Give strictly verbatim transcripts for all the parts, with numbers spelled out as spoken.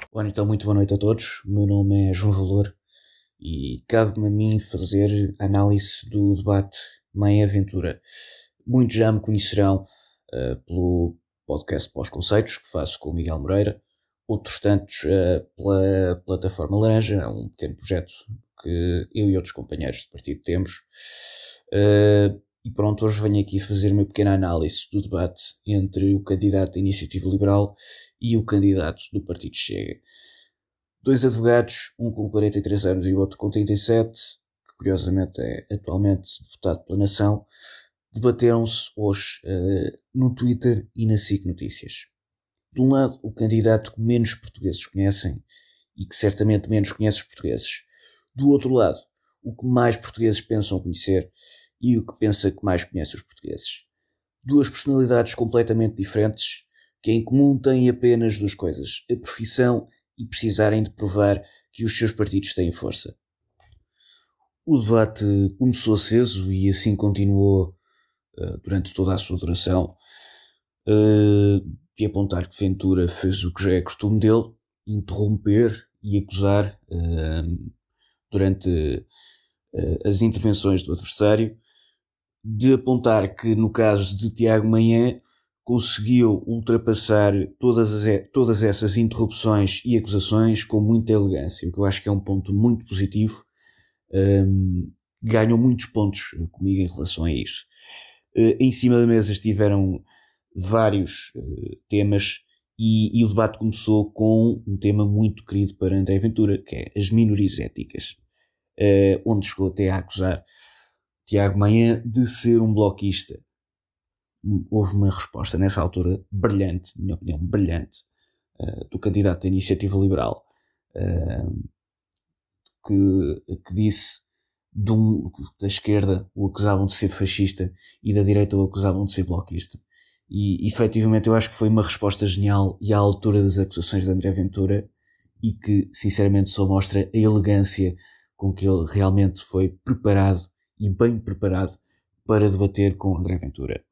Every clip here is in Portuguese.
Ora, então, muito boa noite a todos. O meu nome é João Valor e cabe-me a mim fazer a análise do debate Maia-Ventura. Muitos já me conhecerão uh, pelo podcast Pós-Conceitos, que faço com o Miguel Moreira. Outros tantos uh, pela plataforma Laranja, um pequeno projeto que eu e outros companheiros de partido temos. Uh, e pronto, hoje venho aqui fazer uma pequena análise do debate entre o candidato da Iniciativa Liberal e o candidato do Partido Chega. Dois advogados, um com quarenta e três anos e o outro com trinta e sete, que curiosamente é atualmente deputado pela Nação, debateram-se hoje uh, no Twitter e na S I C Notícias. De um lado, o candidato que menos portugueses conhecem e que certamente menos conhece os portugueses. Do outro lado, o que mais portugueses pensam conhecer e o que pensa que mais conhece os portugueses. Duas personalidades completamente diferentes que em comum têm apenas duas coisas: a profissão e precisarem de provar que os seus partidos têm força. O debate começou aceso e assim continuou uh, durante toda a sua duração. Uh, de apontar que Ventura fez o que já é costume dele, interromper e acusar uh, durante uh, as intervenções do adversário, de apontar que no caso de Tiago Maia conseguiu ultrapassar todas, as, todas essas interrupções e acusações com muita elegância, o que eu acho que é um ponto muito positivo. Um, ganham muitos pontos comigo em relação a isso. Uh, em cima da mesa estiveram vários uh, temas e, e o debate começou com um tema muito querido para André Ventura, que é as minorias étnicas, uh, onde chegou até a acusar Tiago Maia de ser um bloquista. Houve uma resposta nessa altura brilhante, na minha opinião, brilhante, uh, do candidato da Iniciativa Liberal, uh, que, que disse de um, da esquerda o acusavam de ser fascista e da direita o acusavam de ser bloquista. E, efetivamente, eu acho que foi uma resposta genial e à altura das acusações de André Ventura, e que, sinceramente, só mostra a elegância com que ele realmente foi preparado e bem preparado para debater com André Ventura.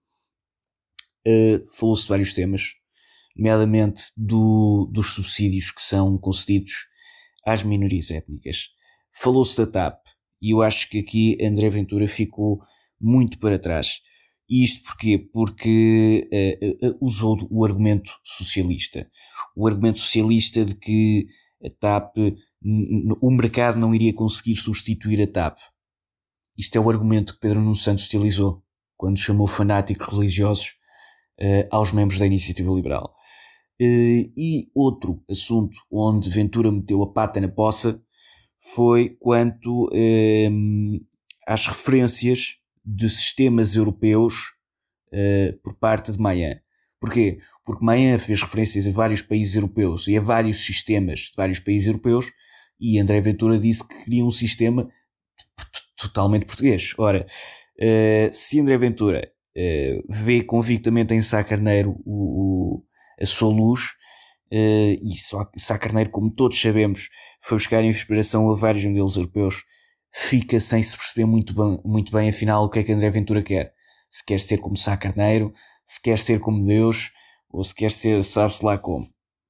Uh, falou-se de vários temas, nomeadamente do, dos subsídios que são concedidos às minorias étnicas. Falou-se da T A P, e eu acho que aqui André Ventura ficou muito para trás. E isto porquê? Porque uh, uh, usou o argumento socialista. O argumento socialista de que a T A P, n- o mercado não iria conseguir substituir a T A P. Isto é o argumento que Pedro Nuno Santos utilizou quando chamou fanáticos religiosos uh, aos membros da Iniciativa Liberal. Uh, e outro assunto onde Ventura meteu a pata na poça foi quanto uh, às referências de sistemas europeus uh, por parte de Maia. Porquê? Porque Maia fez referências a vários países europeus e a vários sistemas de vários países europeus, e André Ventura disse que queria um sistema totalmente português. Ora, uh, se André Ventura uh, vê convictamente em Sá Carneiro o, o, a sua luz, uh, e Sá Carneiro, como todos sabemos, foi buscar inspiração a vários modelos europeus, fica sem se perceber muito bem, muito bem afinal o que é que André Ventura quer. Se quer ser como Sá Carneiro, se quer ser como Deus, ou se quer ser sabe-se lá como.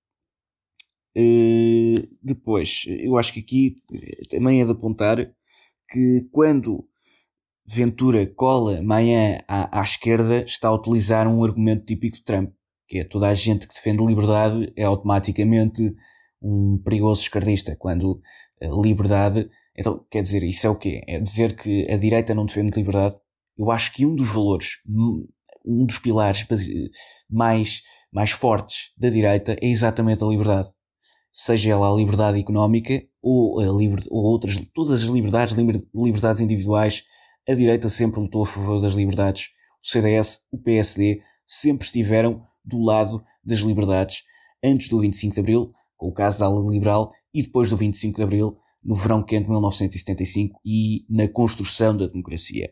Uh, depois, eu acho que aqui também é de apontar que quando Ventura cola Maia à, à esquerda, está a utilizar um argumento típico de Trump, que é toda a gente que defende liberdade é automaticamente um perigoso esquerdista, quando a liberdade... Então, quer dizer, isso é o quê? É dizer que a direita não defende liberdade? Eu acho que um dos valores, um dos pilares mais, mais fortes da direita é exatamente a liberdade. Seja ela a liberdade económica ou, a liber, ou outras, todas as liberdades, liber, liberdades individuais, a direita sempre lutou a favor das liberdades. O C D S, o P S D, sempre estiveram do lado das liberdades, antes do vinte e cinco de Abril, com o caso da ala liberal, e depois do vinte e cinco de Abril, no verão quente de mil novecentos e setenta e cinco, e na construção da democracia.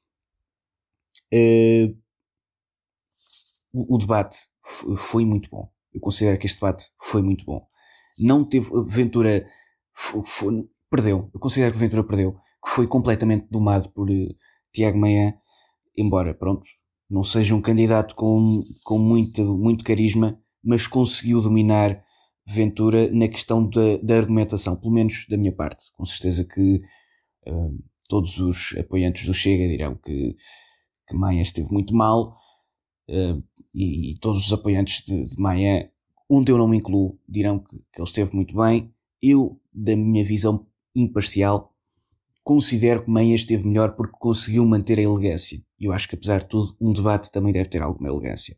Uh, o, o debate f- foi muito bom. Eu considero que este debate foi muito bom. Não teve... Ventura f- f- perdeu. Eu considero que Ventura perdeu, que foi completamente domado por uh, Tiago Maia, embora, pronto, não seja um candidato com, com muito, muito carisma, mas conseguiu dominar Ventura na questão da, da argumentação, pelo menos da minha parte. Com certeza que uh, todos os apoiantes do Chega dirão que, que Maia esteve muito mal, uh, e, e todos os apoiantes de, de Maia, onde eu não me incluo, dirão que, que ele esteve muito bem. Eu, da minha visão imparcial, considero que Maia esteve melhor porque conseguiu manter a elegância. E eu acho que, apesar de tudo, um debate também deve ter alguma elegância.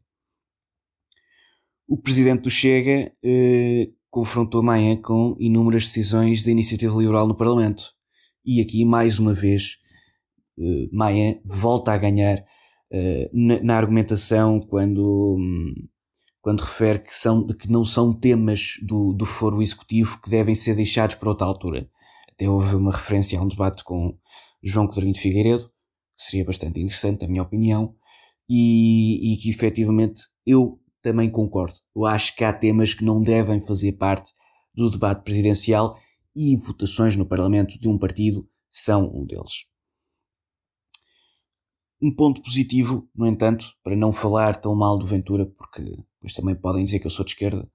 O presidente do Chega eh, confrontou Maia com inúmeras decisões da Iniciativa Liberal no Parlamento. E aqui, mais uma vez, eh, Maia volta a ganhar eh, na, na argumentação quando, hum, quando refere que, são, que não são temas do, do foro executivo que devem ser deixados para outra altura. Até houve uma referência a um debate com João Coutinho de Figueiredo, que seria bastante interessante, na minha opinião, e, e que efetivamente eu também concordo. Eu acho que há temas que não devem fazer parte do debate presidencial e votações no Parlamento de um partido são um deles. Um ponto positivo, no entanto, para não falar tão mal do Ventura, porque depois também podem dizer que eu sou de esquerda,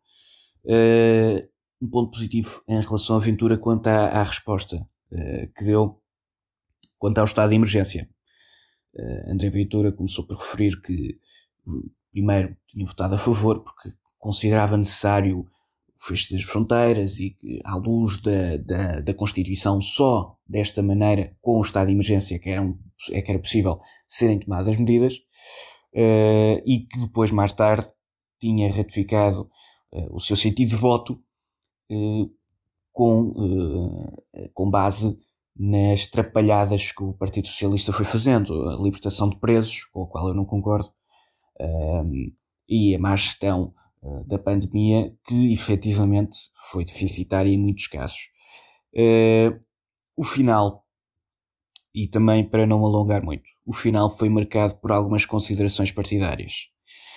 uh, um ponto positivo em relação a Ventura quanto à, à resposta uh, que deu quanto ao estado de emergência. Uh, André Ventura começou por referir que primeiro tinha votado a favor porque considerava necessário o fecho das fronteiras e que, à luz da, da, da Constituição, só desta maneira, com o estado de emergência, que era, um, é que era possível serem tomadas medidas, uh, e que depois, mais tarde, tinha ratificado uh, o seu sentido de voto uh, com, uh, com base nas trapalhadas que o Partido Socialista foi fazendo, a libertação de presos, com a qual eu não concordo, Um, e a má gestão uh, da pandemia, que efetivamente foi deficitária em muitos casos. Uh, o final, e também para não me alongar muito, o final foi marcado por algumas considerações partidárias,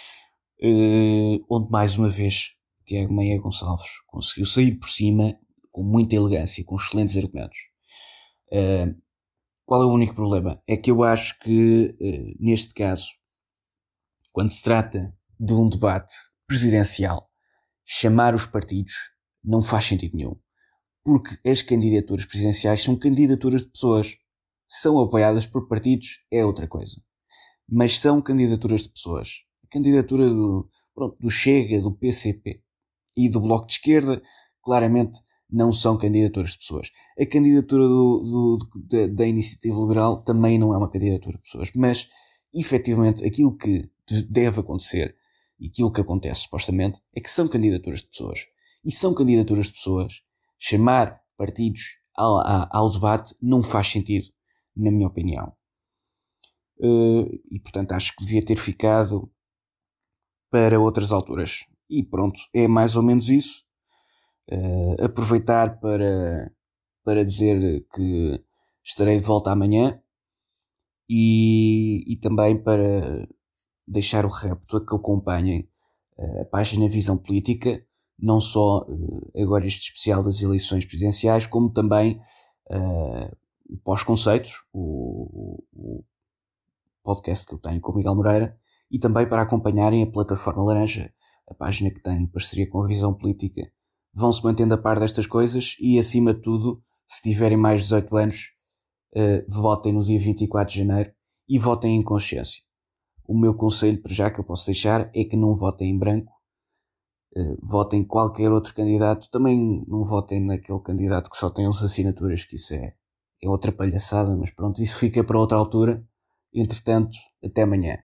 uh, onde mais uma vez Tiago Maia Gonçalves conseguiu sair por cima com muita elegância, com excelentes argumentos. Uh, qual é o único problema? É que eu acho que uh, neste caso, quando se trata de um debate presidencial, chamar os partidos não faz sentido nenhum. Porque as candidaturas presidenciais são candidaturas de pessoas. São apoiadas por partidos, é outra coisa. Mas são candidaturas de pessoas. A candidatura do, pronto, do Chega, do P C P e do Bloco de Esquerda, claramente não são candidaturas de pessoas. A candidatura do, do, da, da Iniciativa Liberal também não é uma candidatura de pessoas. Mas, efetivamente, aquilo que deve acontecer, e aquilo que acontece supostamente, é que são candidaturas de pessoas. E são candidaturas de pessoas. Chamar partidos ao, ao, ao debate não faz sentido, na minha opinião. Uh, e portanto acho que devia ter ficado para outras alturas. E pronto, é mais ou menos isso. Uh, aproveitar para, para dizer que estarei de volta amanhã, e, e também para deixar o repto a que acompanhem uh, a página Visão Política, não só uh, agora este especial das eleições presidenciais, como também uh, o Pós-Conceitos, o, o podcast que eu tenho com o Miguel Moreira, e também para acompanharem a Plataforma Laranja, a página que tem parceria com a Visão Política. Vão-se mantendo a par destas coisas e, acima de tudo, se tiverem mais de dezoito anos, uh, votem no dia vinte e quatro de janeiro e votem em consciência. O meu conselho, para já, que eu posso deixar, é que não votem em branco, uh, votem em qualquer outro candidato. Também não votem naquele candidato que só tem onze assinaturas, que isso é, é outra palhaçada, mas pronto, isso fica para outra altura. Entretanto, até amanhã.